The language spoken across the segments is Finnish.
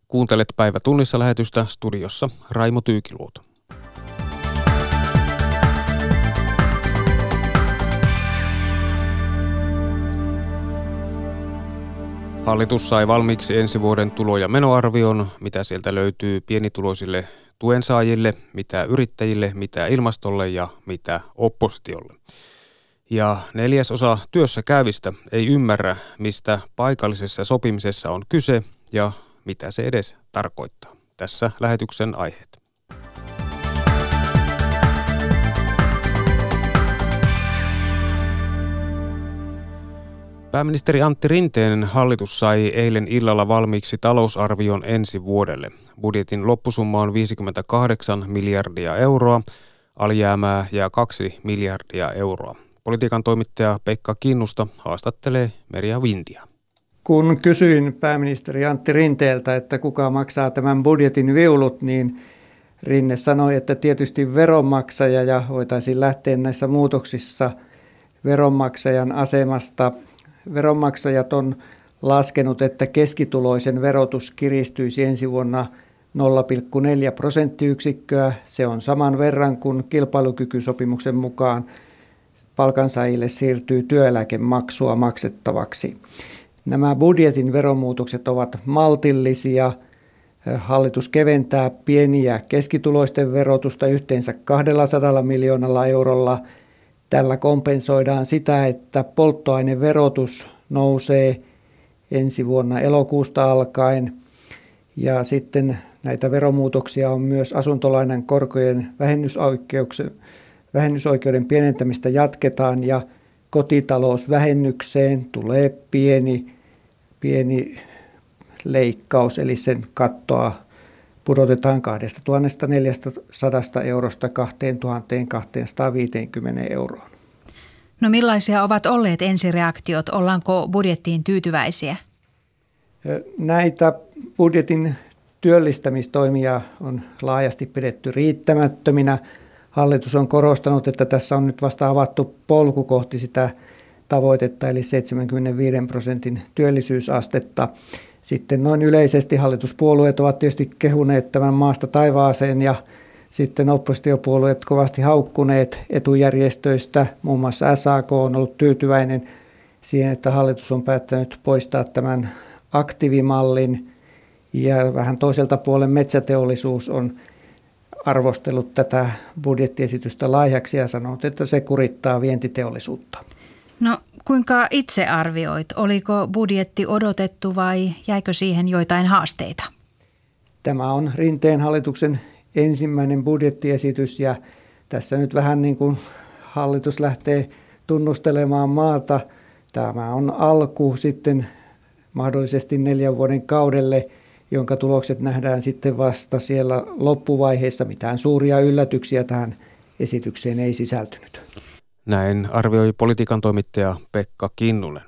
Kuuntelet Päivä tunnissa -lähetystä, studiossa Raimo Tyykiluoto. Hallitus sai valmiiksi ensi vuoden tulo- ja menoarvion, mitä sieltä löytyy pienituloisille tuensaajille, mitä yrittäjille, mitä ilmastolle ja mitä oppositiolle. Ja 1/4 työssä käyvistä ei ymmärrä, mistä paikallisessa sopimisessa on kyse ja mitä se edes tarkoittaa. Tässä lähetyksen aiheet. Pääministeri Antti Rinteen hallitus sai eilen illalla valmiiksi talousarvion ensi vuodelle. Budjetin loppusumma on 58 miljardia euroa, alijäämää ja 2 miljardia euroa. Politiikan toimittaja Pekka Kinnusta haastattelee Merja Vindia. Kun kysyin pääministeri Antti Rinteeltä, että kuka maksaa tämän budjetin viulut, niin Rinne sanoi, että tietysti veronmaksaja, ja voitaisiin lähteä näissä muutoksissa veronmaksajan asemasta. Veronmaksajat on laskenut, että keskituloisen verotus kiristyisi ensi vuonna 0,4 prosenttiyksikköä. Se on saman verran kuin kilpailukykysopimuksen mukaan palkansaajille siirtyy työeläkemaksua maksettavaksi. Nämä budjetin veromuutokset ovat maltillisia. Hallitus keventää pieni- ja keskituloisten verotusta yhteensä 200 miljoonalla eurolla. Tällä kompensoidaan sitä, että polttoaineverotus nousee ensi vuonna elokuusta alkaen. Ja sitten näitä veromuutoksia on myös asuntolainan korkojen vähennysoikeuden pienentämistä jatketaan ja kotitalousvähennykseen tulee pieni leikkaus, eli sen kattoa pudotetaan 2 400 eurosta 2 250 euroon. No millaisia ovat olleet ensireaktiot? Ollaanko budjettiin tyytyväisiä? Näitä budjetin työllistämistoimia on laajasti pidetty riittämättöminä. Hallitus on korostanut, että tässä on nyt vasta avattu polku kohti sitä tavoitetta, eli 75% työllisyysastetta. Sitten noin yleisesti hallituspuolueet ovat tietysti kehuneet tämän maasta taivaaseen ja sitten oppositiopuolueet kovasti haukkuneet etujärjestöistä. Muun muassa SAK on ollut tyytyväinen siihen, että hallitus on päättänyt poistaa tämän aktiivimallin ja vähän toiselta puolen metsäteollisuus on arvostellut tätä budjettiesitystä laihaksi ja sanonut, että se kurittaa vientiteollisuutta. No kuinka itse arvioit? Oliko budjetti odotettu vai jäikö siihen joitain haasteita? Tämä on Rinteen hallituksen ensimmäinen budjettiesitys ja tässä nyt vähän niin kuin hallitus lähtee tunnustelemaan maata. Tämä on alku sitten mahdollisesti 4 vuoden kaudelle, jonka tulokset nähdään sitten vasta siellä loppuvaiheessa. Mitään suuria yllätyksiä tähän esitykseen ei sisältynyt. Näin arvioi politiikan toimittaja Pekka Kinnunen.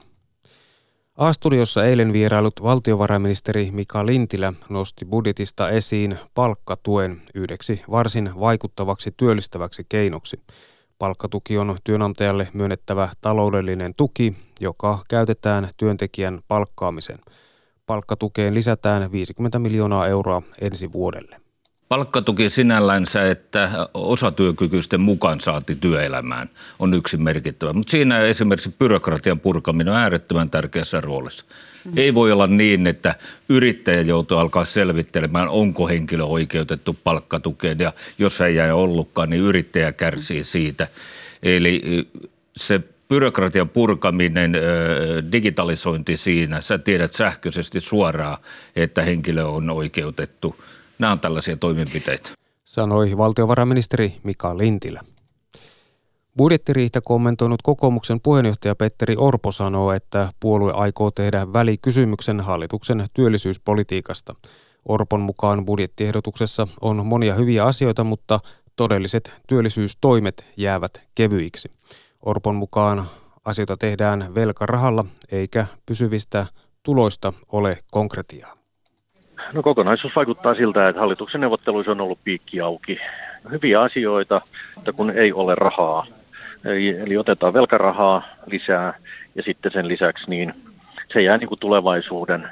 A-studiossa eilen vierailut valtiovarainministeri Mika Lintilä nosti budjetista esiin palkkatuen yhdeksi varsin vaikuttavaksi työllistäväksi keinoksi. Palkkatuki on työnantajalle myönnettävä taloudellinen tuki, joka käytetään työntekijän palkkaamiseen. Palkkatukeen lisätään 50 miljoonaa euroa ensi vuodelle. Palkkatuki sinällänsä, että osatyökykyisten mukaan saati työelämään on yksi merkittävä, mutta siinä esimerkiksi byrokratian purkaminen on äärettömän tärkeässä roolissa. Ei voi olla niin, että yrittäjä joutuu alkaa selvittelemään, onko henkilö oikeutettu palkkatukeen ja jos ei jää ollutkaan, niin yrittäjä kärsii siitä. Eli se byrokratian purkaminen, digitalisointi siinä, sä tiedät sähköisesti suoraan, että henkilö on oikeutettu. Nämä on tällaisia toimenpiteitä. Sanoi valtiovarainministeri Mika Lintilä. Budjettiriihtä kommentoinut kokoomuksen puheenjohtaja Petteri Orpo sanoo, että puolue aikoo tehdä välikysymyksen hallituksen työllisyyspolitiikasta. Orpon mukaan budjettiehdotuksessa on monia hyviä asioita, mutta todelliset työllisyystoimet jäävät kevyiksi. Orpon mukaan asioita tehdään velkarahalla eikä pysyvistä tuloista ole konkretiaa. No kokonaisuus vaikuttaa siltä, että hallituksen neuvotteluissa on ollut piikki auki. Hyviä asioita, mutta kun ei ole rahaa. Eli otetaan velkarahaa lisää ja sitten sen lisäksi niin se jää niin kuin tulevaisuuden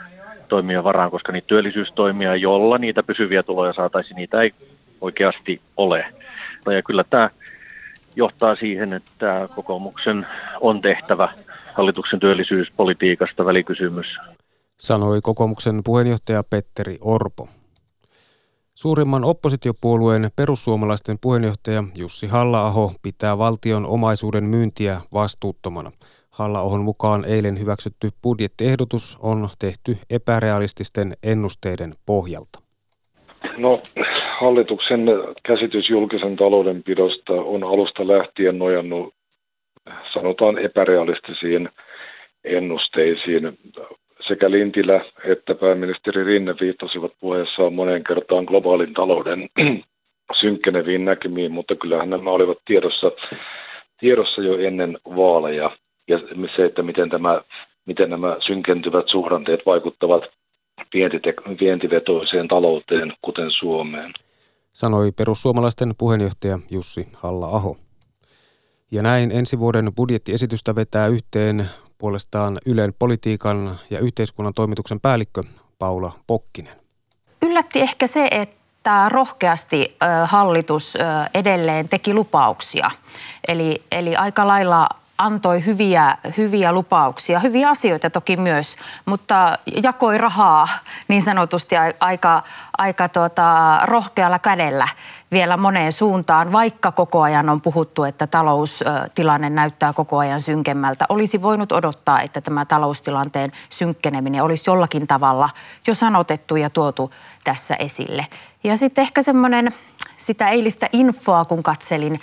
työllisyystoimien varaan, koska niitä työllisyystoimia, jolla niitä pysyviä tuloja saataisiin, niitä ei oikeasti ole. Ja kyllä tämä johtaa siihen, että kokoomuksen on tehtävä hallituksen työllisyyspolitiikasta välikysymys. Sanoi kokoomuksen puheenjohtaja Petteri Orpo. Suurimman oppositiopuolueen perussuomalaisten puheenjohtaja Jussi Halla-aho pitää valtion omaisuuden myyntiä vastuuttomana. Halla-ahon mukaan eilen hyväksytty budjettiehdotus on tehty epärealististen ennusteiden pohjalta. No, hallituksen käsitys julkisen taloudenpidosta on alusta lähtien nojannut, sanotaan, epärealistisiin ennusteisiin. Sekä Lintilä että pääministeri Rinne viittasivat puheessaan moneen kertaan globaalin talouden synkkeneviin näkymiin, mutta kyllähän nämä olivat tiedossa jo ennen vaaleja. Ja se, että miten nämä synkentyvät suhdanteet vaikuttavat vientivetoiseen talouteen, kuten Suomeen. Sanoi perussuomalaisten puheenjohtaja Jussi Halla-aho. Ja näin ensi vuoden budjettiesitystä vetää yhteen puolestaan Ylen politiikan ja yhteiskunnan toimituksen päällikkö Paula Pokkinen. Yllätti ehkä se, että rohkeasti hallitus edelleen teki lupauksia. Eli aika lailla antoi hyviä lupauksia, hyviä asioita toki myös, mutta jakoi rahaa niin sanotusti aika rohkealla kädellä vielä moneen suuntaan, vaikka koko ajan on puhuttu, että taloustilanne näyttää koko ajan synkemmältä. Olisi voinut odottaa, että tämä taloustilanteen synkkeneminen olisi jollakin tavalla jo sanotettu ja tuotu tässä esille. Ja sitten ehkä semmoinen sitä eilistä infoa, kun katselin,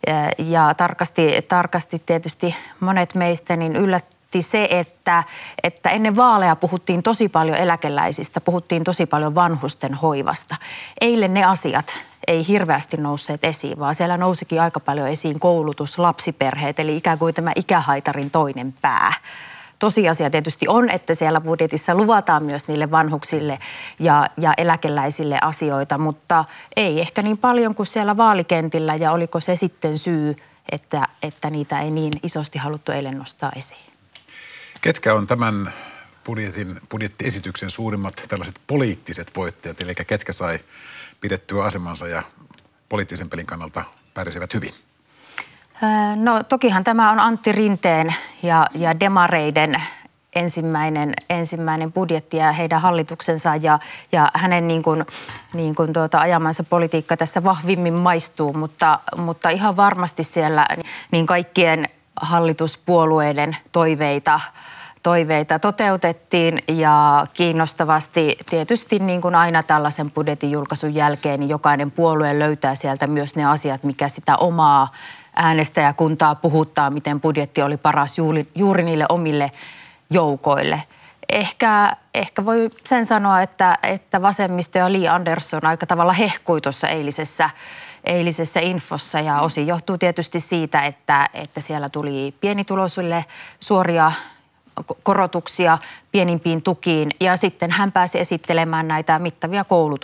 ja tarkasti tietysti monet meistä, niin yllätti se, että ennen vaaleja puhuttiin tosi paljon eläkeläisistä, puhuttiin tosi paljon vanhusten hoivasta. Eilen ne asiat ei hirveästi nousseet esiin, vaan siellä nousikin aika paljon esiin koulutus, lapsiperheet, eli ikään kuin tämä ikähaitarin toinen pää. Tosiasia tietysti on, että siellä budjetissa luvataan myös niille vanhuksille ja eläkeläisille asioita, mutta ei ehkä niin paljon kuin siellä vaalikentillä. Ja oliko se sitten syy, että niitä ei niin isosti haluttu eilen nostaa esiin? Ketkä on tämän budjettiesityksen suurimmat tällaiset poliittiset voittajat, eli ketkä sai pidettyä asemansa ja poliittisen pelin kannalta pärjäsivät hyvin? No tokihan tämä on Antti Rinteen ja demareiden ensimmäinen budjetti ja heidän hallituksensa ja hänen niin kuin ajamansa politiikka tässä vahvimmin maistuu, mutta ihan varmasti siellä niin kaikkien hallituspuolueiden toiveita toteutettiin ja kiinnostavasti tietysti niin kuin aina tällaisen budjetin julkaisun jälkeen, niin jokainen puolue löytää sieltä myös ne asiat, mikä sitä omaa äänestäjäkuntaa puhuttaa, miten budjetti oli paras juuri niille omille joukoille. Ehkä voi sen sanoa, että vasemmisto ja Li Andersson aika tavalla hehkui tuossa eilisessä infossa ja osin johtuu tietysti siitä, että siellä tuli pienituloisille suoria korotuksia pienimpiin tukiin ja sitten hän pääsi esittelemään näitä mittavia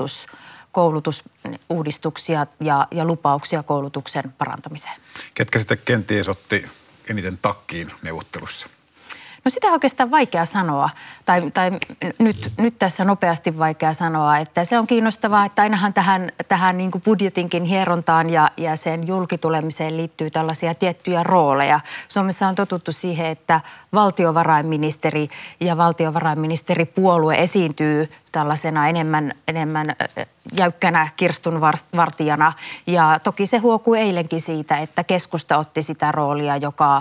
koulutusuudistuksia ja lupauksia koulutuksen parantamiseen. Ketkä sitten kenties otti eniten takkiin neuvottelussa? No sitä on oikeastaan vaikea sanoa, tai nyt tässä nopeasti vaikea sanoa, että se on kiinnostavaa, että ainahan tähän niin kuin budjetinkin hierontaan ja sen julkitulemiseen liittyy tällaisia tiettyjä rooleja. Suomessa on totuttu siihen, että valtiovarainministeri ja valtiovarainministeripuolue esiintyy tällaisena enemmän jäykkänä kirstunvartijana. Ja toki se huokuu eilenkin siitä, että keskusta otti sitä roolia,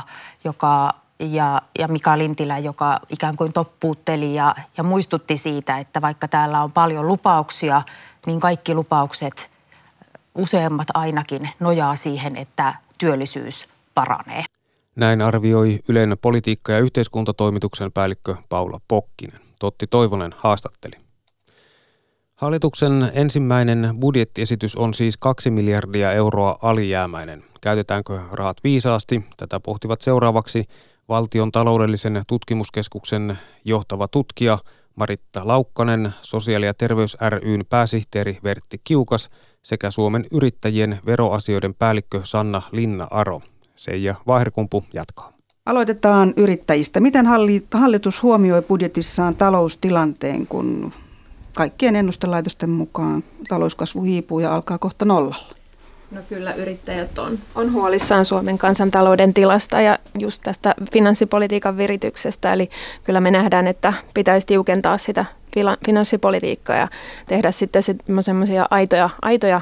ja Mika Lintilä, joka ikään kuin toppuutteli ja muistutti siitä, että vaikka täällä on paljon lupauksia, niin kaikki lupaukset, useimmat ainakin, nojaa siihen, että työllisyys paranee. Näin arvioi Ylen politiikka- ja yhteiskuntatoimituksen päällikkö Paula Pokkinen. Totti Toivonen haastatteli. Hallituksen ensimmäinen budjettiesitys on siis 2 miljardia euroa alijäämäinen. Käytetäänkö rahat viisaasti? Tätä pohtivat seuraavaksi Valtion taloudellisen tutkimuskeskuksen johtava tutkija Maritta Laukkanen, Sosiaali- ja terveys ry:n pääsihteeri Vertti Kiukas sekä Suomen yrittäjien veroasioiden päällikkö Sanna Linna-Aro. Seija Vaherkumpu jatkaa. Aloitetaan yrittäjistä. Miten hallitus huomioi budjetissaan taloustilanteen, kun kaikkien ennustelaitosten mukaan talouskasvu hiipuu ja alkaa kohta nollalla? No kyllä yrittäjät on huolissaan Suomen kansantalouden tilasta ja just tästä finanssipolitiikan virityksestä. Eli kyllä me nähdään, että pitäisi tiukentaa sitä finanssipolitiikkaa ja tehdä sitten semmoisia aitoja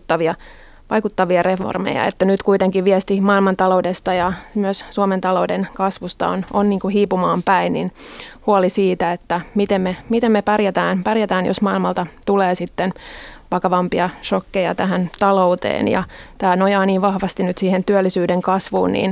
vaikuttavia reformeja. Että nyt kuitenkin viesti maailmantaloudesta ja myös Suomen talouden kasvusta on niin kuin hiipumaan päin, niin huoli siitä, että miten me pärjätään, jos maailmalta tulee sitten vakavampia shokkeja tähän talouteen ja tämä nojaa niin vahvasti nyt siihen työllisyyden kasvuun, niin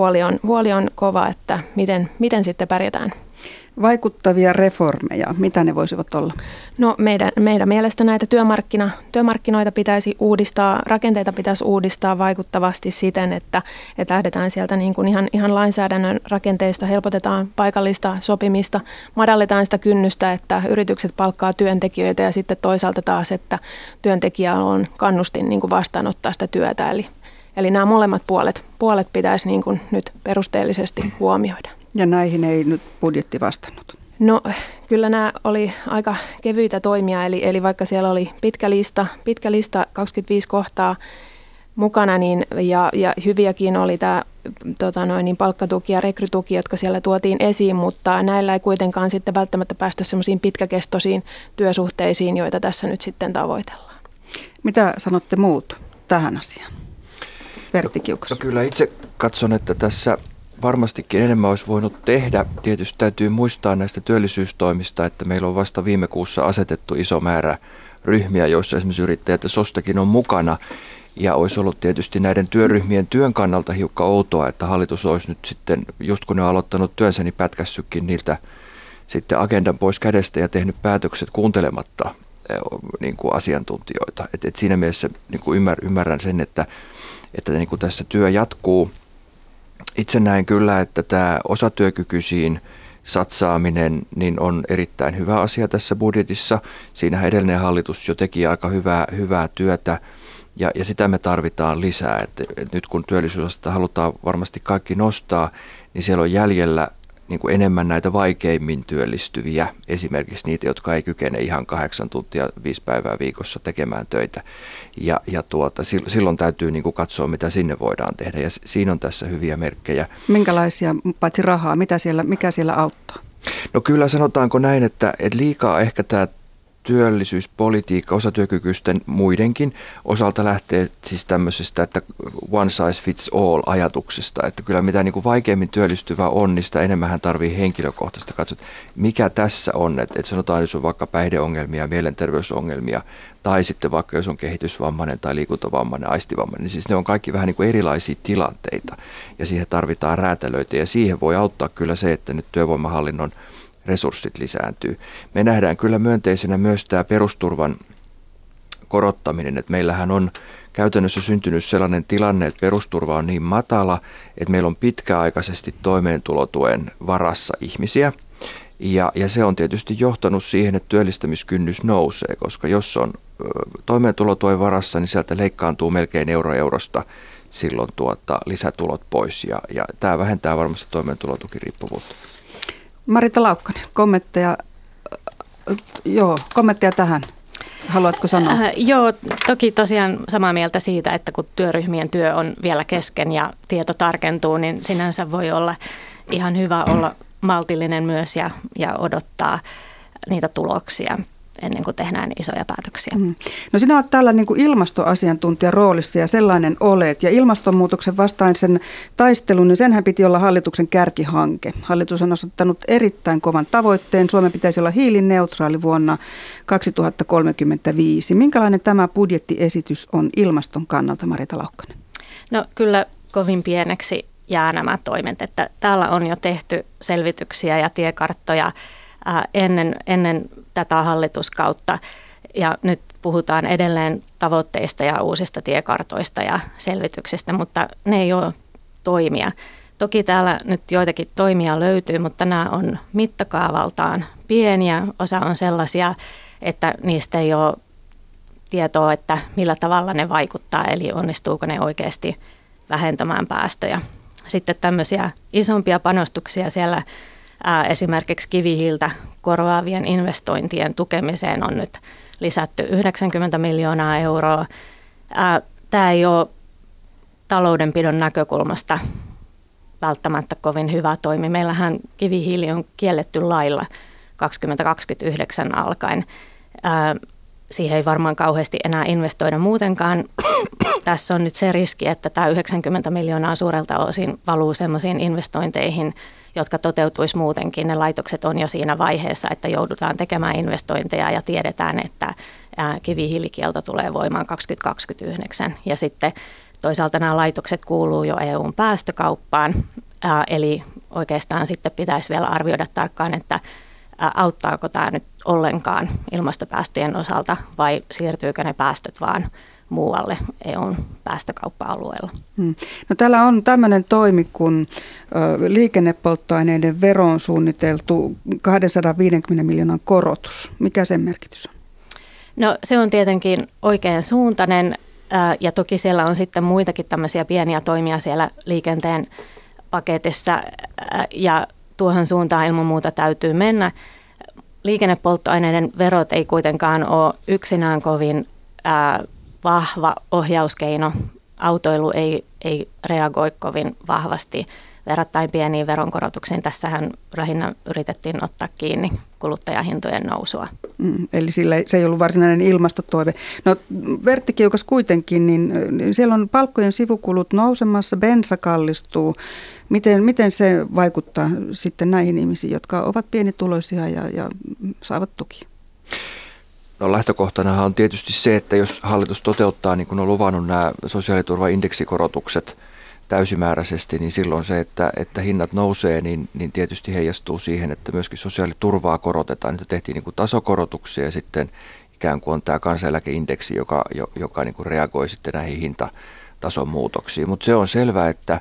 huoli on kova, että miten sitten pärjätään. Vaikuttavia reformeja, mitä ne voisivat olla? No meidän mielestä näitä työmarkkinoita pitäisi uudistaa, rakenteita pitäisi uudistaa vaikuttavasti siten, että lähdetään sieltä niin kuin ihan lainsäädännön rakenteista, helpotetaan paikallista sopimista, madalletaan sitä kynnystä, että yritykset palkkaa työntekijöitä ja sitten toisaalta taas, että työntekijä on kannustin niin kuin vastaanottaa sitä työtä. Eli nämä molemmat puolet pitäisi niin kuin nyt perusteellisesti huomioida. Ja näihin ei nyt budjetti vastannut? No kyllä nämä oli aika kevyitä toimia, eli vaikka siellä oli pitkä lista 25 kohtaa mukana, niin, ja hyviäkin oli tämä palkkatuki ja rekrytuki, jotka siellä tuotiin esiin, mutta näillä ei kuitenkaan sitten välttämättä päästä semmoisiin pitkäkestoisiin työsuhteisiin, joita tässä nyt sitten tavoitellaan. Mitä sanotte muut tähän asiaan? Vertti Kiukas. No kyllä itse katson, että tässä varmastikin enemmän olisi voinut tehdä. Tietysti täytyy muistaa näistä työllisyystoimista, että meillä on vasta viime kuussa asetettu iso määrä ryhmiä, joissa esimerkiksi yrittäjät ja SOSTEkin on mukana. Ja olisi ollut tietysti näiden työryhmien työn kannalta hiukan outoa, että hallitus olisi nyt sitten, just kun ne on aloittanut työnsä, niin pätkässytkin niiltä sitten agendan pois kädestä ja tehnyt päätökset kuuntelematta niin kuin asiantuntijoita. Et siinä mielessä niin kuin ymmärrän sen, että niin kuin tässä työ jatkuu. Itse näen kyllä, että tämä osatyökykyisiin satsaaminen niin on erittäin hyvä asia tässä budjetissa. Siinähän edellinen hallitus jo teki aika hyvää työtä ja sitä me tarvitaan lisää. Et nyt kun työllisyysastetta halutaan varmasti kaikki nostaa, niin siellä on jäljellä niin kuin enemmän näitä vaikeimmin työllistyviä, esimerkiksi niitä, jotka ei kykene ihan 8 tuntia 5 päivää viikossa tekemään töitä. Ja silloin täytyy niin kuin katsoa, mitä sinne voidaan tehdä, ja siinä on tässä hyviä merkkejä. Minkälaisia, paitsi rahaa, mikä siellä auttaa? No kyllä sanotaanko näin, että liikaa ehkä tämä työllisyyspolitiikka osatyökykyisten muidenkin osalta lähtee siis tämmöisestä, että one size fits all ajatuksesta, että kyllä mitä niin kuin vaikeimmin työllistyvä on, niin sitä enemmän hän tarvitsee henkilökohtaista katsoa, mikä tässä on, että sanotaan, jos on vaikka päihdeongelmia, mielenterveysongelmia, tai sitten vaikka jos on kehitysvammainen tai liikuntavammainen, aistivammainen, niin siis ne on kaikki vähän niin kuin erilaisia tilanteita, ja siihen tarvitaan räätälöitä, ja siihen voi auttaa kyllä se, että nyt työvoimahallinnon resurssit lisääntyy. Me nähdään kyllä myönteisenä myös tämä perusturvan korottaminen, että meillähän on käytännössä syntynyt sellainen tilanne, että perusturva on niin matala, että meillä on pitkäaikaisesti toimeentulotuen varassa ihmisiä. Ja se on tietysti johtanut siihen, että työllistämiskynnys nousee, koska jos on toimeentulotuen varassa, niin sieltä leikkaantuu melkein eurosta silloin lisätulot pois. Ja tämä vähentää varmasti toimeentulotukiriippuvuutta. Marita Laukkanen, kommentteja tähän. Haluatko sanoa? Joo, toki tosiaan samaa mieltä siitä, että kun työryhmien työ on vielä kesken ja tieto tarkentuu, niin sinänsä voi olla ihan hyvä olla maltillinen myös ja odottaa niitä tuloksia ennen kuin tehdään isoja päätöksiä. No sinä olet täällä niin kuin ilmastoasiantuntijan roolissa ja sellainen olet. Ja ilmastonmuutoksen vastaisen taistelun, niin senhän piti olla hallituksen kärkihanke. Hallitus on asettanut erittäin kovan tavoitteen. Suomen pitäisi olla hiilineutraali vuonna 2035. Minkälainen tämä budjettiesitys on ilmaston kannalta, Marita Laukkanen? No kyllä kovin pieneksi jää nämä toimet, että täällä on jo tehty selvityksiä ja tiekarttoja ennen tätä hallituskautta ja nyt puhutaan edelleen tavoitteista ja uusista tiekartoista ja selvityksistä, mutta ne ei ole toimia. Toki täällä nyt joitakin toimia löytyy, mutta nämä on mittakaavaltaan pieniä. Osa on sellaisia, että niistä ei ole tietoa, että millä tavalla ne vaikuttaa, eli onnistuuko ne oikeasti vähentämään päästöjä. Sitten tämmöisiä isompia panostuksia siellä esimerkiksi kivihiiltä korvaavien investointien tukemiseen on nyt lisätty 90 miljoonaa euroa. Tämä ei ole taloudenpidon näkökulmasta välttämättä kovin hyvä toimi. Meillähän kivihiili on kielletty lailla 2029 alkaen. Siihen ei varmaan kauheasti enää investoida muutenkaan. Tässä on nyt se riski, että tämä 90 miljoonaa suurelta osin valuu sellaisiin investointeihin, jotka toteutuisi muutenkin. Ne laitokset on jo siinä vaiheessa, että joudutaan tekemään investointeja ja tiedetään, että kivihiilikielto tulee voimaan 2029. Ja sitten toisaalta nämä laitokset kuuluu jo EU:n päästökauppaan, eli oikeastaan sitten pitäisi vielä arvioida tarkkaan, että auttaako tämä nyt ollenkaan ilmastopäästöjen osalta vai siirtyykö ne päästöt vaan muualle EU:n päästökauppa-alueella. No täällä on tämmöinen toimi, kun liikennepolttoaineiden veroon suunniteltu 250 miljoonan korotus. Mikä sen merkitys on? No se on tietenkin oikean suuntainen ja toki siellä on sitten muitakin tämmöisiä pieniä toimia siellä liikenteen paketissa ja tuohon suuntaan ilman muuta täytyy mennä. Liikennepolttoaineiden verot ei kuitenkaan ole yksinään kovin vahva ohjauskeino. Autoilu ei reagoi kovin vahvasti verrattain pieniin veronkorotuksiin. Tässähän lähinnä yritettiin ottaa kiinni kuluttajahintojen nousua. Eli se ei ollut varsinainen ilmastotoive. No Vertti Kiukas kuitenkin, niin siellä on palkkojen sivukulut nousemassa, bensa kallistuu. Miten se vaikuttaa sitten näihin ihmisiin, jotka ovat pienituloisia ja saavat tukia? No lähtökohtanahan on tietysti se, että jos hallitus toteuttaa, niin kuin on luvannut nämä sosiaaliturvaindeksikorotukset täysimääräisesti, niin silloin se, että hinnat nousee, niin tietysti heijastuu siihen, että myöskin sosiaaliturvaa korotetaan. Nyt tehtiin niin kuin tasokorotuksia ja sitten ikään kuin on tämä kansaneläkeindeksi, joka niin kuin reagoi sitten näihin hintatason muutoksiin. Mutta se on selvää, että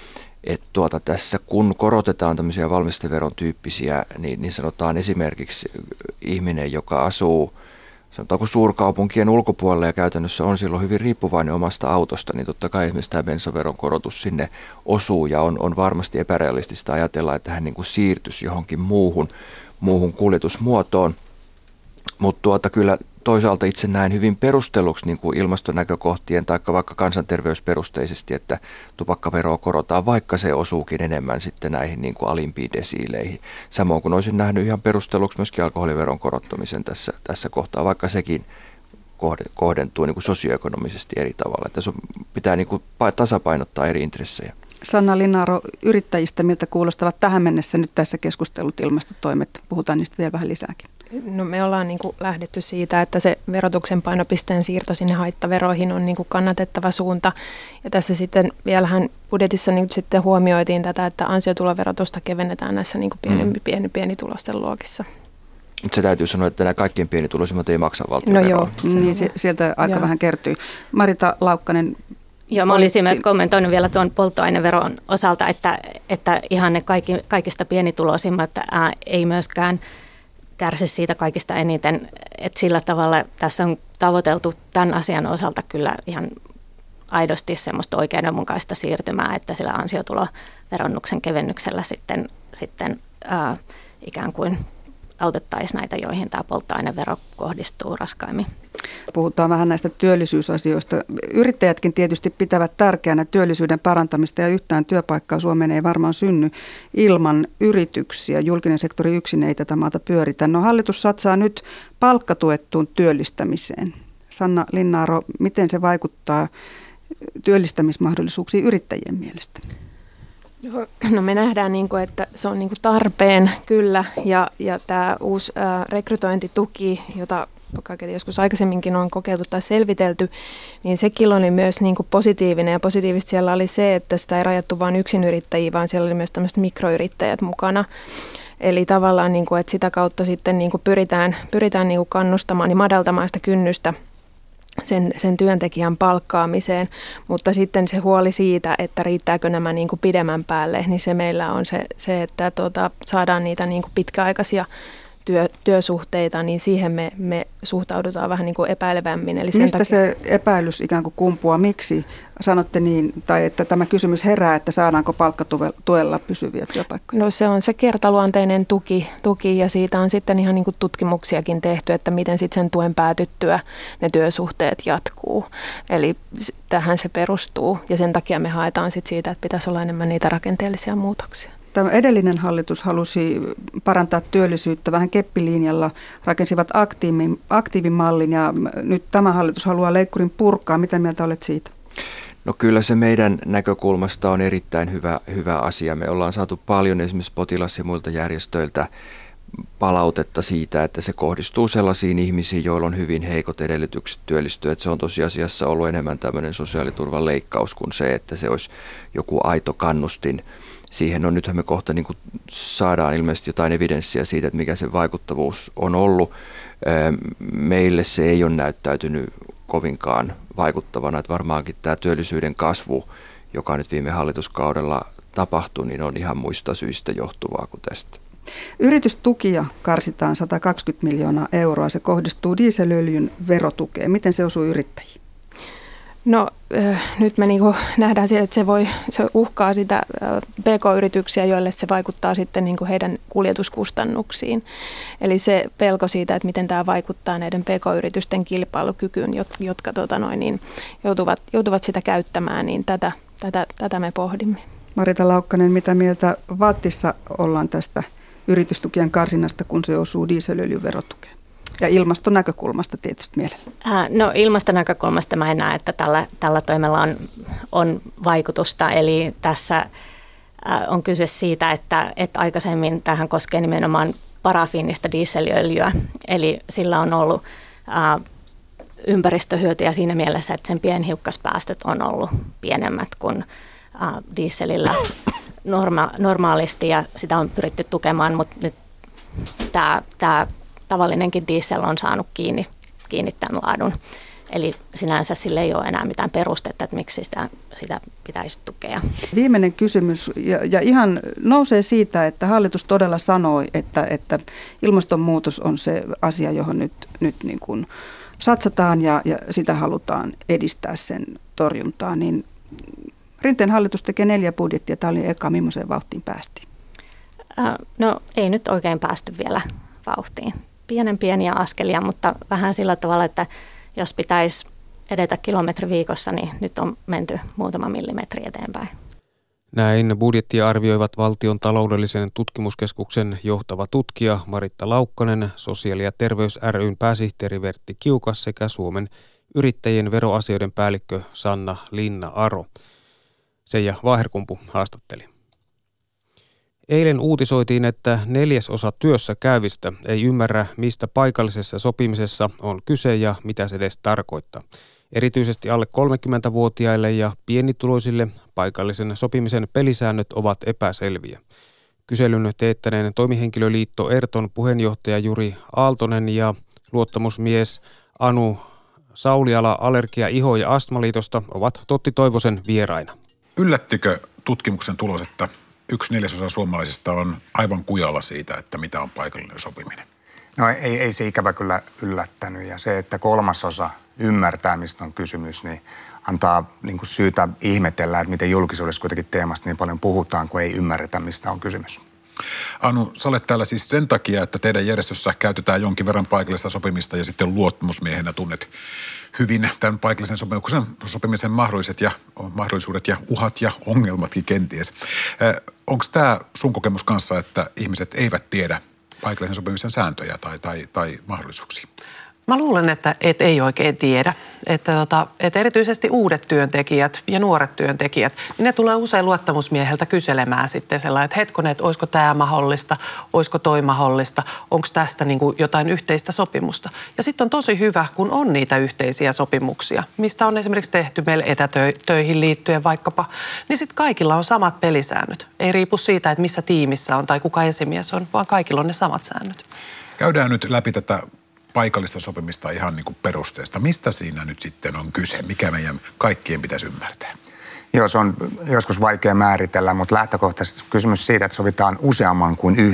tässä kun korotetaan tämmöisiä valmisteveron tyyppisiä, niin sanotaan esimerkiksi ihminen, joka asuu sanotaanko suurkaupunkien ulkopuolella ja käytännössä on silloin hyvin riippuvainen omasta autosta, niin totta kai esimerkiksi tämä bensaveron korotus sinne osuu ja on varmasti epärealistista ajatella, että hän niin kuin siirtyisi johonkin muuhun kuljetusmuotoon. Mutta kyllä toisaalta itse näen hyvin perustelluksi niin kuin ilmastonäkökohtien tai vaikka kansanterveysperusteisesti, että tupakkaveroa korotaan, vaikka se osuukin enemmän sitten näihin niin kuin alimpiin desiileihin. Samoin kuin olisin nähnyt ihan perustelluksi myöskin alkoholiveron korottamisen tässä kohtaa, vaikka sekin kohdentuu niin kuin sosioekonomisesti eri tavalla. Tässä pitää niin kuin tasapainottaa eri intressejä. Sanna Linnaaro, yrittäjistä miltä kuulostavat tähän mennessä nyt tässä keskustelut ilmastotoimet? Puhutaan niistä vielä vähän lisääkin. No me ollaan niin kuin lähdetty siitä, että se verotuksen painopisteen siirto sinne haittaveroihin on niin kuin kannatettava suunta. Ja tässä sitten vielähän budjetissa nyt sitten huomioitiin tätä, että ansiotuloverotusta kevennetään näissä niin kuin pienitulosten luokissa. Mutta se täytyy sanoa, että nämä kaikkien pienituloisimmat ei maksa valtionveroa. No joo, niin sieltä aika vähän kertyy. Marita Laukkanen. Joo, mä olisin myös kommentoinut vielä tuon polttoaineveron osalta, että ihan ne kaikista pienituloisimmat ei myöskään kärsi siitä kaikista eniten. Että sillä tavalla tässä on tavoiteltu tämän asian osalta kyllä ihan aidosti semmoista oikeudenmukaista siirtymää, että sillä ansiotuloveronnuksen kevennyksellä sitten ikään kuin autettaisiin näitä, joihin tämä polttoainevero kohdistuu raskaimmin. Puhutaan vähän näistä työllisyysasioista. Yrittäjätkin tietysti pitävät tärkeänä työllisyyden parantamista ja yhtään työpaikkaa Suomeen ei varmaan synny ilman yrityksiä. Julkinen sektori yksin ei tätä maata pyöritä. No hallitus satsaa nyt palkkatuettuun työllistämiseen. Sanna Linnaaro, miten se vaikuttaa työllistämismahdollisuuksiin yrittäjien mielestä? No me nähdään, että se on tarpeen kyllä ja tämä uusi rekrytointituki, jota joskus aikaisemminkin on kokeiltu tai selvitelty, niin sekin oli myös positiivinen ja positiivista siellä oli se, että sitä ei rajattu vain yksinyrittäjiä, vaan siellä oli myös tämmöiset mikroyrittäjät mukana. Eli tavallaan, että sitä kautta sitten pyritään kannustamaan ja madaltamaan sitä kynnystä sen työntekijän palkkaamiseen, mutta sitten se huoli siitä, että riittääkö nämä pidemmän päälle, niin se meillä on se että saadaan niitä pitkäaikaisia työsuhteita, niin siihen me suhtaudutaan vähän niin kuin epäilevämmin. Eli mistä se epäilys ikään kuin kumpuaa? Miksi sanotte niin, tai että tämä kysymys herää, että saadaanko palkkatuella pysyviä työpaikkoja? No se on se kertaluonteinen tuki ja siitä on sitten ihan niin kuin tutkimuksiakin tehty, että miten sitten sen tuen päätyttyä ne työsuhteet jatkuu. Eli tähän se perustuu ja sen takia me haetaan sitten siitä, että pitäisi olla enemmän niitä rakenteellisia muutoksia. Tämä edellinen hallitus halusi parantaa työllisyyttä vähän keppilinjalla, rakensivat aktiivimallin ja nyt tämä hallitus haluaa leikkurin purkaa. Mitä mieltä olet siitä? No kyllä se meidän näkökulmasta on erittäin hyvä asia. Me ollaan saatu paljon esimerkiksi potilas- ja muilta järjestöiltä palautetta siitä, että se kohdistuu sellaisiin ihmisiin, joilla on hyvin heikot edellytykset työllistyä. Että se on tosiasiassa ollut enemmän tämmöinen sosiaaliturvan leikkaus kuin se, että se olisi joku aito kannustin. Siihen on, nythän me kohta niin kuin saadaan ilmeisesti jotain evidenssiä siitä, että mikä se vaikuttavuus on ollut. Meille se ei ole näyttäytynyt kovinkaan vaikuttavana, että varmaankin tämä työllisyyden kasvu, joka nyt viime hallituskaudella tapahtui, niin on ihan muista syistä johtuvaa kuin tästä. Yritystukia karsitaan 120 miljoonaa euroa. Se kohdistuu dieselöljyn verotukeen. Miten se osuu yrittäjiin? No nyt me niinku nähdään siitä, että se uhkaa sitä PK-yrityksiä, joille se vaikuttaa sitten niinku heidän kuljetuskustannuksiin. Eli se pelko siitä, että miten tämä vaikuttaa näiden PK-yritysten kilpailukykyyn, jotka joutuvat sitä käyttämään, niin tätä me pohdimme. Marita Laukkanen, mitä mieltä Vattissa ollaan tästä yritystukien karsinnasta, kun se osuu dieselöljyn verotukeen? Ja ilmaston näkökulmasta tietysti mielellä. No ilmaston näkökulmasta mä en näe, että tällä toimella on vaikutusta. Eli tässä on kyse siitä, että aikaisemmin tähän koskee nimenomaan parafiinista dieselöljyä. Eli sillä on ollut ympäristöhyötyjä siinä mielessä, että sen pienhiukkaspäästöt on ollut pienemmät kuin dieselillä normaalisti. Ja sitä on pyritty tukemaan, mutta nyt tämä tavallinenkin diesel on saanut kiinni tämän laadun. Eli sinänsä sille ei ole enää mitään perustetta, että miksi sitä pitäisi tukea. Viimeinen kysymys, ja ihan nousee siitä, että hallitus todella sanoi, että ilmastonmuutos on se asia, johon nyt niin kuin satsataan ja sitä halutaan edistää sen torjuntaa. Niin Rinteen hallitus tekee 4 budjettia. Tämä oli eka, millaiseen vauhtiin päästiin? No ei nyt oikein päästy vielä vauhtiin. Pieniä askelia, mutta vähän sillä tavalla, että jos pitäisi edetä kilometri viikossa, niin nyt on menty muutama millimetri eteenpäin. Näin budjettia arvioivat Valtion taloudellisen tutkimuskeskuksen johtava tutkija Maritta Laukkanen, Sosiaali- ja terveys ry:n pääsihteeri Vertti Kiukas sekä Suomen yrittäjien veroasioiden päällikkö Sanna Linna-Aro. Seija Vaherkumpu haastatteli. Eilen uutisoitiin, että 1/4 työssä käyvistä ei ymmärrä, mistä paikallisessa sopimisessa on kyse ja mitä se edes tarkoittaa. Erityisesti alle 30-vuotiaille ja pienituloisille paikallisen sopimisen pelisäännöt ovat epäselviä. Kyselyn teettäneen toimihenkilöliitto Erton puheenjohtaja Juri Aaltonen ja luottamusmies Anu Sauliala Allergia-, Iho- ja Astmaliitosta ovat Totti Toivosen vieraina. Yllättikö tutkimuksen tulos, että 1/4 suomalaisista on aivan kujalla siitä, että mitä on paikallinen sopiminen? No ei se ikävä kyllä yllättänyt, ja se, että 1/3 ymmärtää, mistä on kysymys, niin antaa niin kuin syytä ihmetellä, että miten julkisuudessa kuitenkin teemasta niin paljon puhutaan, kun ei ymmärretä, mistä on kysymys. Anu, sä olet täällä siis sen takia, että teidän järjestössä käytetään jonkin verran paikallista sopimista ja sitten luottamusmiehenä tunnet hyvin tämän paikallisen sopimisen mahdollisuudet ja uhat ja ongelmatkin kenties. Onko tämä sun kokemus kanssa, että ihmiset eivät tiedä paikallisen sopimisen sääntöjä tai mahdollisuuksia? Mä luulen, että ei oikein tiedä. Että erityisesti uudet työntekijät ja nuoret työntekijät, niin ne tulee usein luottamusmieheltä kyselemään sitten sellainen, että hetkonen, että olisiko tämä mahdollista, olisiko toi mahdollista, onko tästä niin kuin jotain yhteistä sopimusta. Ja sitten on tosi hyvä, kun on niitä yhteisiä sopimuksia, mistä on esimerkiksi tehty meille etätöihin liittyen vaikkapa, niin sitten kaikilla on samat pelisäännöt. Ei riipu siitä, että missä tiimissä on tai kuka esimies on, vaan kaikilla on ne samat säännöt. Käydään nyt läpi tätä paikallista sopimista ihan niin kuin perusteesta. Mistä siinä nyt sitten on kyse? Mikä meidän kaikkien pitäisi ymmärtää? Joo, se on joskus vaikea määritellä, mutta lähtökohtaisesti kysymys siitä, että sovitaan useamman kuin yhden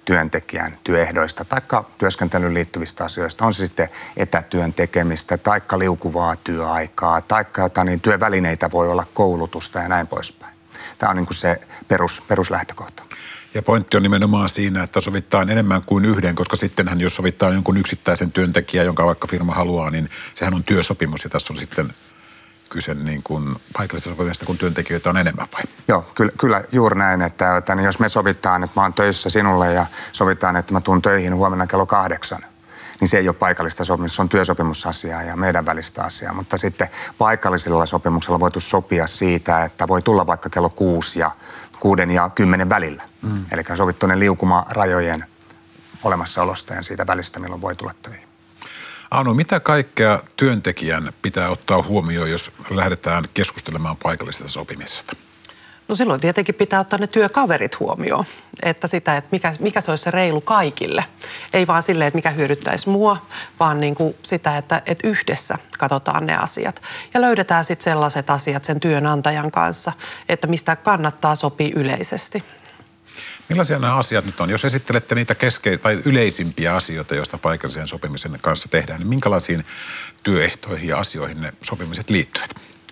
työntekijän työehdoista tai työskentelyyn liittyvistä asioista. On se sitten etätyön tekemistä, taikka liukuvaa työaikaa, taikka jotain työvälineitä voi olla koulutusta ja näin poispäin. Tämä on niin kuin se peruslähtökohta. Ja pointti on nimenomaan siinä, että sovitaan enemmän kuin yhden, koska sittenhän jos sovitaan jonkun yksittäisen työntekijän, jonka vaikka firma haluaa, niin sehän on työsopimus ja tässä on sitten kyse niin kuin paikallisesta sopimisesta, kun työntekijöitä on enemmän vai? Joo, kyllä juuri näin, että jos me sovitaan, että mä oon töissä sinulle ja sovitaan, että mä tuun töihin huomenna kello 8, niin se ei ole paikallista sopimusta, se on työsopimusasiaa ja meidän välistä asiaa. Mutta sitten paikallisella sopimuksella voitu sopia siitä, että voi tulla vaikka kello 6 ja 10 välillä. Eli sovittu ne liukumarajojen olemassaolosta ja siitä välistä, milloin voi tulla töihin. Anu, mitä kaikkea työntekijän pitää ottaa huomioon, jos lähdetään keskustelemaan paikallisesta sopimisesta? No silloin tietenkin pitää ottaa ne työkaverit huomioon, että sitä, että mikä se olisi se reilu kaikille. Ei vaan silleen, että mikä hyödyttäisi mua, vaan niin kuin sitä, että yhdessä katsotaan ne asiat. Ja löydetään sitten sellaiset asiat sen työnantajan kanssa, että mistä kannattaa sopia yleisesti. Millaisia nämä asiat nyt on? Jos esittelette niitä tai yleisimpiä asioita, joista paikallisen sopimisen kanssa tehdään, niin minkälaisiin työehtoihin ja asioihin ne sopimiset liittyvät?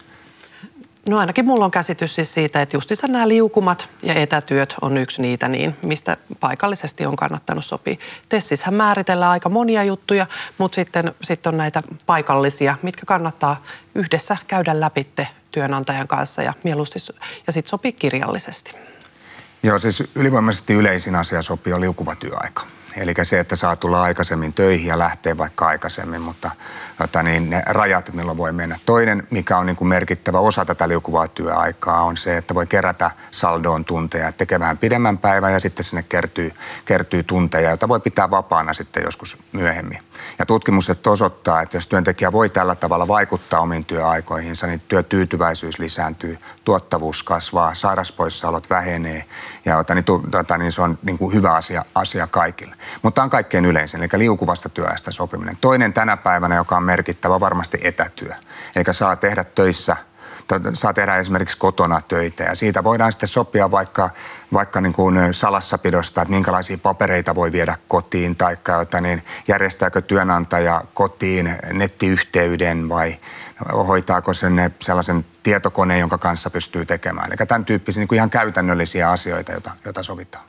No ainakin mulla on käsitys siis siitä, että justiinsa nämä liukumat ja etätyöt on yksi niitä, niin mistä paikallisesti on kannattanut sopia. TESissähän määritellään aika monia juttuja, mutta sitten on näitä paikallisia, mitkä kannattaa yhdessä käydä läpitte työnantajan kanssa ja mieluusti ja sitten sopii kirjallisesti. Joo, siis ylivoimaisesti yleisin asia sopii on liukuva työaika. Eli se, että saa tulla aikaisemmin töihin ja lähteä vaikka aikaisemmin, mutta ne rajat, milloin voi mennä. Toinen, mikä on niin kuin merkittävä osa tätä liukuvaa työaikaa, on se, että voi kerätä saldoon tunteja, tekee vähän pidemmän päivän ja sitten sinne kertyy tunteja, joita voi pitää vapaana sitten joskus myöhemmin. Ja tutkimukset osoittaa, että jos työntekijä voi tällä tavalla vaikuttaa omiin työaikoihinsa, niin työtyytyväisyys lisääntyy, tuottavuus kasvaa, sairauspoissaolot vähenee ja niin se on niin kuin hyvä asia kaikille. Mutta on kaikkein yleisin, eli liukuvasta työajasta sopiminen. Toinen tänä päivänä, joka on merkittävä, varmasti etätyö. Eli saa tehdä esimerkiksi kotona töitä ja siitä voidaan sitten sopia vaikka niin kuin salassapidosta, että minkälaisia papereita voi viedä kotiin tai järjestääkö työnantaja kotiin nettiyhteyden vai hoitaako sen sellaisen tietokoneen, jonka kanssa pystyy tekemään. Eli tämän tyyppisiä niin kuin ihan käytännöllisiä asioita, joita sovitaan.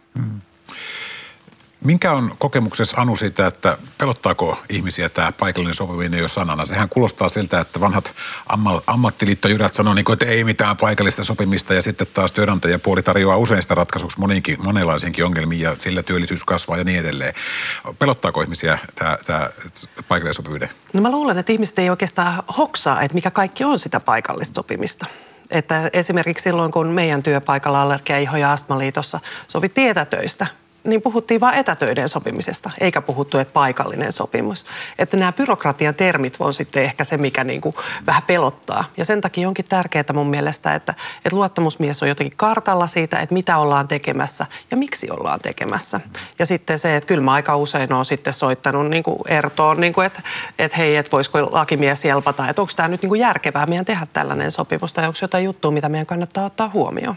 Minkä on kokemuksessa, Anu, siitä, että pelottaako ihmisiä tämä paikallinen sopiminen jo sanana? Sehän kuulostaa siltä, että vanhat ammattiliittojyrät sanoo, että ei mitään paikallista sopimista ja sitten taas työnantajapuoli tarjoaa usein sitä ratkaisuksi monenlaisiinkin ongelmiin ja sillä työllisyys kasvaa ja niin edelleen. Pelottaako ihmisiä tämä paikallinen sopiminen? No mä luulen, että ihmiset ei oikeastaan hoksaa, että mikä kaikki on sitä paikallista sopimista. Että esimerkiksi silloin, kun meidän työpaikalla Allergia-, Iho- ja Astmaliitossa sovittiin etätöistä, niin puhuttiin vain etätöiden sopimisesta, eikä puhuttu, että paikallinen sopimus. Että nämä byrokratian termit on sitten ehkä se, mikä niin kuin vähän pelottaa. Ja sen takia onkin tärkeää mun mielestä, että luottamusmies on jotenkin kartalla siitä, että mitä ollaan tekemässä ja miksi ollaan tekemässä. Ja sitten se, että kyllä mä aika usein olen sitten soittanut niin kuin Ertoon, niin kuin, että hei, että voisiko lakimies jelpata, että onko tämä nyt niin kuin järkevää meidän tehdä tällainen sopimus tai onko jotain juttua, mitä meidän kannattaa ottaa huomioon.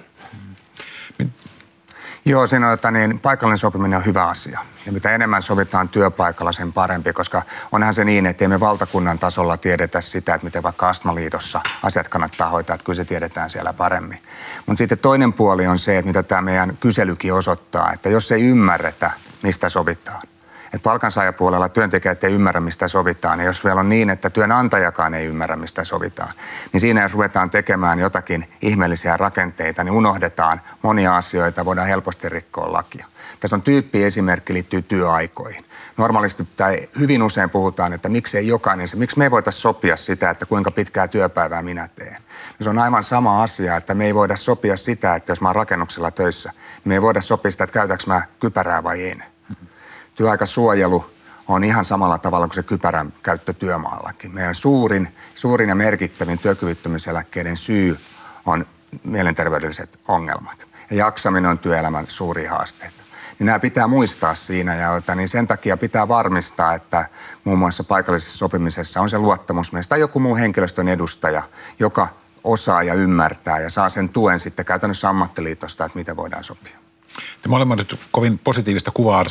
Joo, siinä on, paikallinen sopiminen on hyvä asia. Ja mitä enemmän sovitaan työpaikalla, sen parempi, koska onhan se niin, että emme valtakunnan tasolla tiedetä sitä, että miten vaikka Astmaliitossa asiat kannattaa hoitaa, että kyllä se tiedetään siellä paremmin. Mutta sitten toinen puoli on se, että mitä tämä meidän kyselykin osoittaa, että jos ei ymmärretä, mistä sovitaan, että palkansaajapuolella työntekijät ei ymmärrä, mistä sovitaan. Ja jos vielä on niin, että työnantajakaan ei ymmärrä, mistä sovitaan, niin siinä jos ruvetaan tekemään jotakin ihmeellisiä rakenteita, niin unohdetaan monia asioita, voidaan helposti rikkoa lakia. Tässä on tyyppiesimerkki liittyy työaikoihin. Normaalisti tai hyvin usein puhutaan, että miksi me ei voitaisiin sopia sitä, että kuinka pitkää työpäivää minä teen. Se on aivan sama asia, että me ei voida sopia sitä, että jos mä oon rakennuksella töissä, niin me ei voida sopia sitä, että käytänkö mä kypärää vai en. Työaikasuojelu on ihan samalla tavalla kuin se kypärän käyttö työmaallakin. Meidän suurin ja merkittävin työkyvyttömyyseläkkeiden syy on mielenterveydelliset ongelmat. Ja jaksaminen on työelämän suuria haasteita. Niin nämä pitää muistaa siinä ja niin sen takia pitää varmistaa, että muun muassa paikallisessa sopimisessa on se luottamusmies tai joku muu henkilöstön edustaja, joka osaa ja ymmärtää ja saa sen tuen sitten käytännössä ammattiliitosta, että miten voidaan sopia. Te molemmat nyt kovin positiivista kuvaa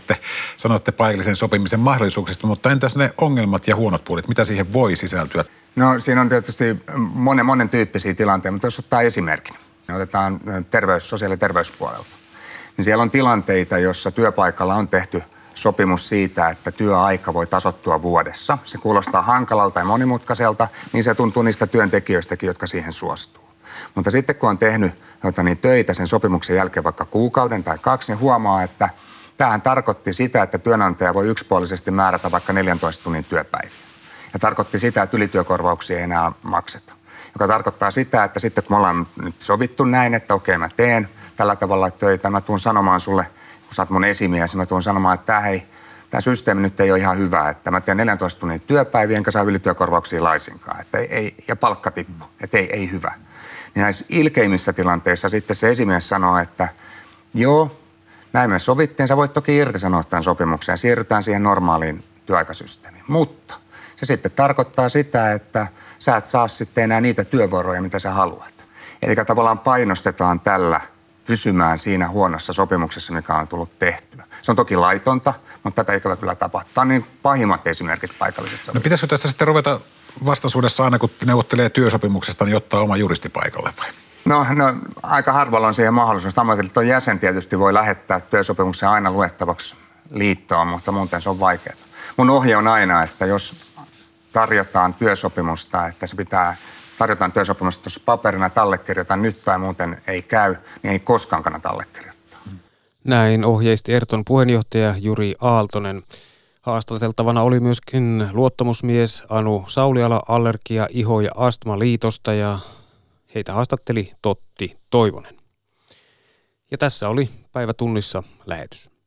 sanotte paikallisen sopimisen mahdollisuuksista, mutta entäs ne ongelmat ja huonot puolet? Mitä siihen voi sisältyä? No siinä on tietysti monen tyyppisiä tilanteita, mutta jos ottaa esimerkin, niin otetaan sosiaali- ja terveyspuolelta, niin siellä on tilanteita, jossa työpaikalla on tehty sopimus siitä, että työaika voi tasoittua vuodessa. Se kuulostaa hankalalta ja monimutkaiselta, niin se tuntuu niistä työntekijöistäkin, jotka siihen suostuu. Mutta sitten kun on tehnyt töitä sen sopimuksen jälkeen vaikka kuukauden tai 2, niin huomaa, että tämähän tarkoitti sitä, että työnantaja voi yksipuolisesti määrätä vaikka 14 tunnin työpäiviä. Ja tarkoitti sitä, että ylityökorvauksia ei enää makseta. Joka tarkoittaa sitä, että sitten kun me ollaan nyt sovittu näin, että okei, mä teen tällä tavalla töitä, mä tuun sanomaan sulle, kun sä oot mun esimies, mä tuun sanomaan, että tämä systeemi nyt ei ole ihan hyvä, että mä teen 14 tunnin työpäiviä, enkä saa ylityökorvauksia laisinkaan, että ja palkka tippu, että ei hyvä. Niin näissä ilkeimmissä tilanteissa sitten se esimies sanoo, että joo, näin me sovittiin, sä voit toki irtisanoa tämän sopimuksen ja siirrytään siihen normaaliin työaikasysteemiin. Mutta se sitten tarkoittaa sitä, että sä et saa sitten enää niitä työvuoroja, mitä sä haluat. Eli tavallaan painostetaan tällä pysymään siinä huonossa sopimuksessa, mikä on tullut tehtyä. Se on toki laitonta, mutta tätä ikävä kyllä tapahtuu. Tämä on niin pahimmat esimerkit paikallisesta sopimuksesta. No pitäisikö tässä sitten ruveta vastaisuudessa aina, kun neuvottelee työsopimuksesta, niin ottaa oma juristi paikalle vai? No aika harvalla on siihen mahdollisuus. Ammattiliiton jäsen tietysti voi lähettää työsopimuksen aina luettavaksi liittoon, mutta muuten se on vaikeaa. Mun ohje on aina, että jos tarjotaan työsopimusta, että se pitää tarjotaan työsopimusta tuossa paperina, että allekirjoitan nyt tai muuten ei käy, niin ei koskaan kannata allekirjoittaa. Näin ohjeisti Erton puheenjohtaja Juri Aaltonen. Haastateltavana oli myöskin luottamusmies Anu Sauliala Allergia-, Iho- ja Astmaliitosta ja heitä haastatteli Totti Toivonen. Ja tässä oli Päivä tunnissa -lähetys.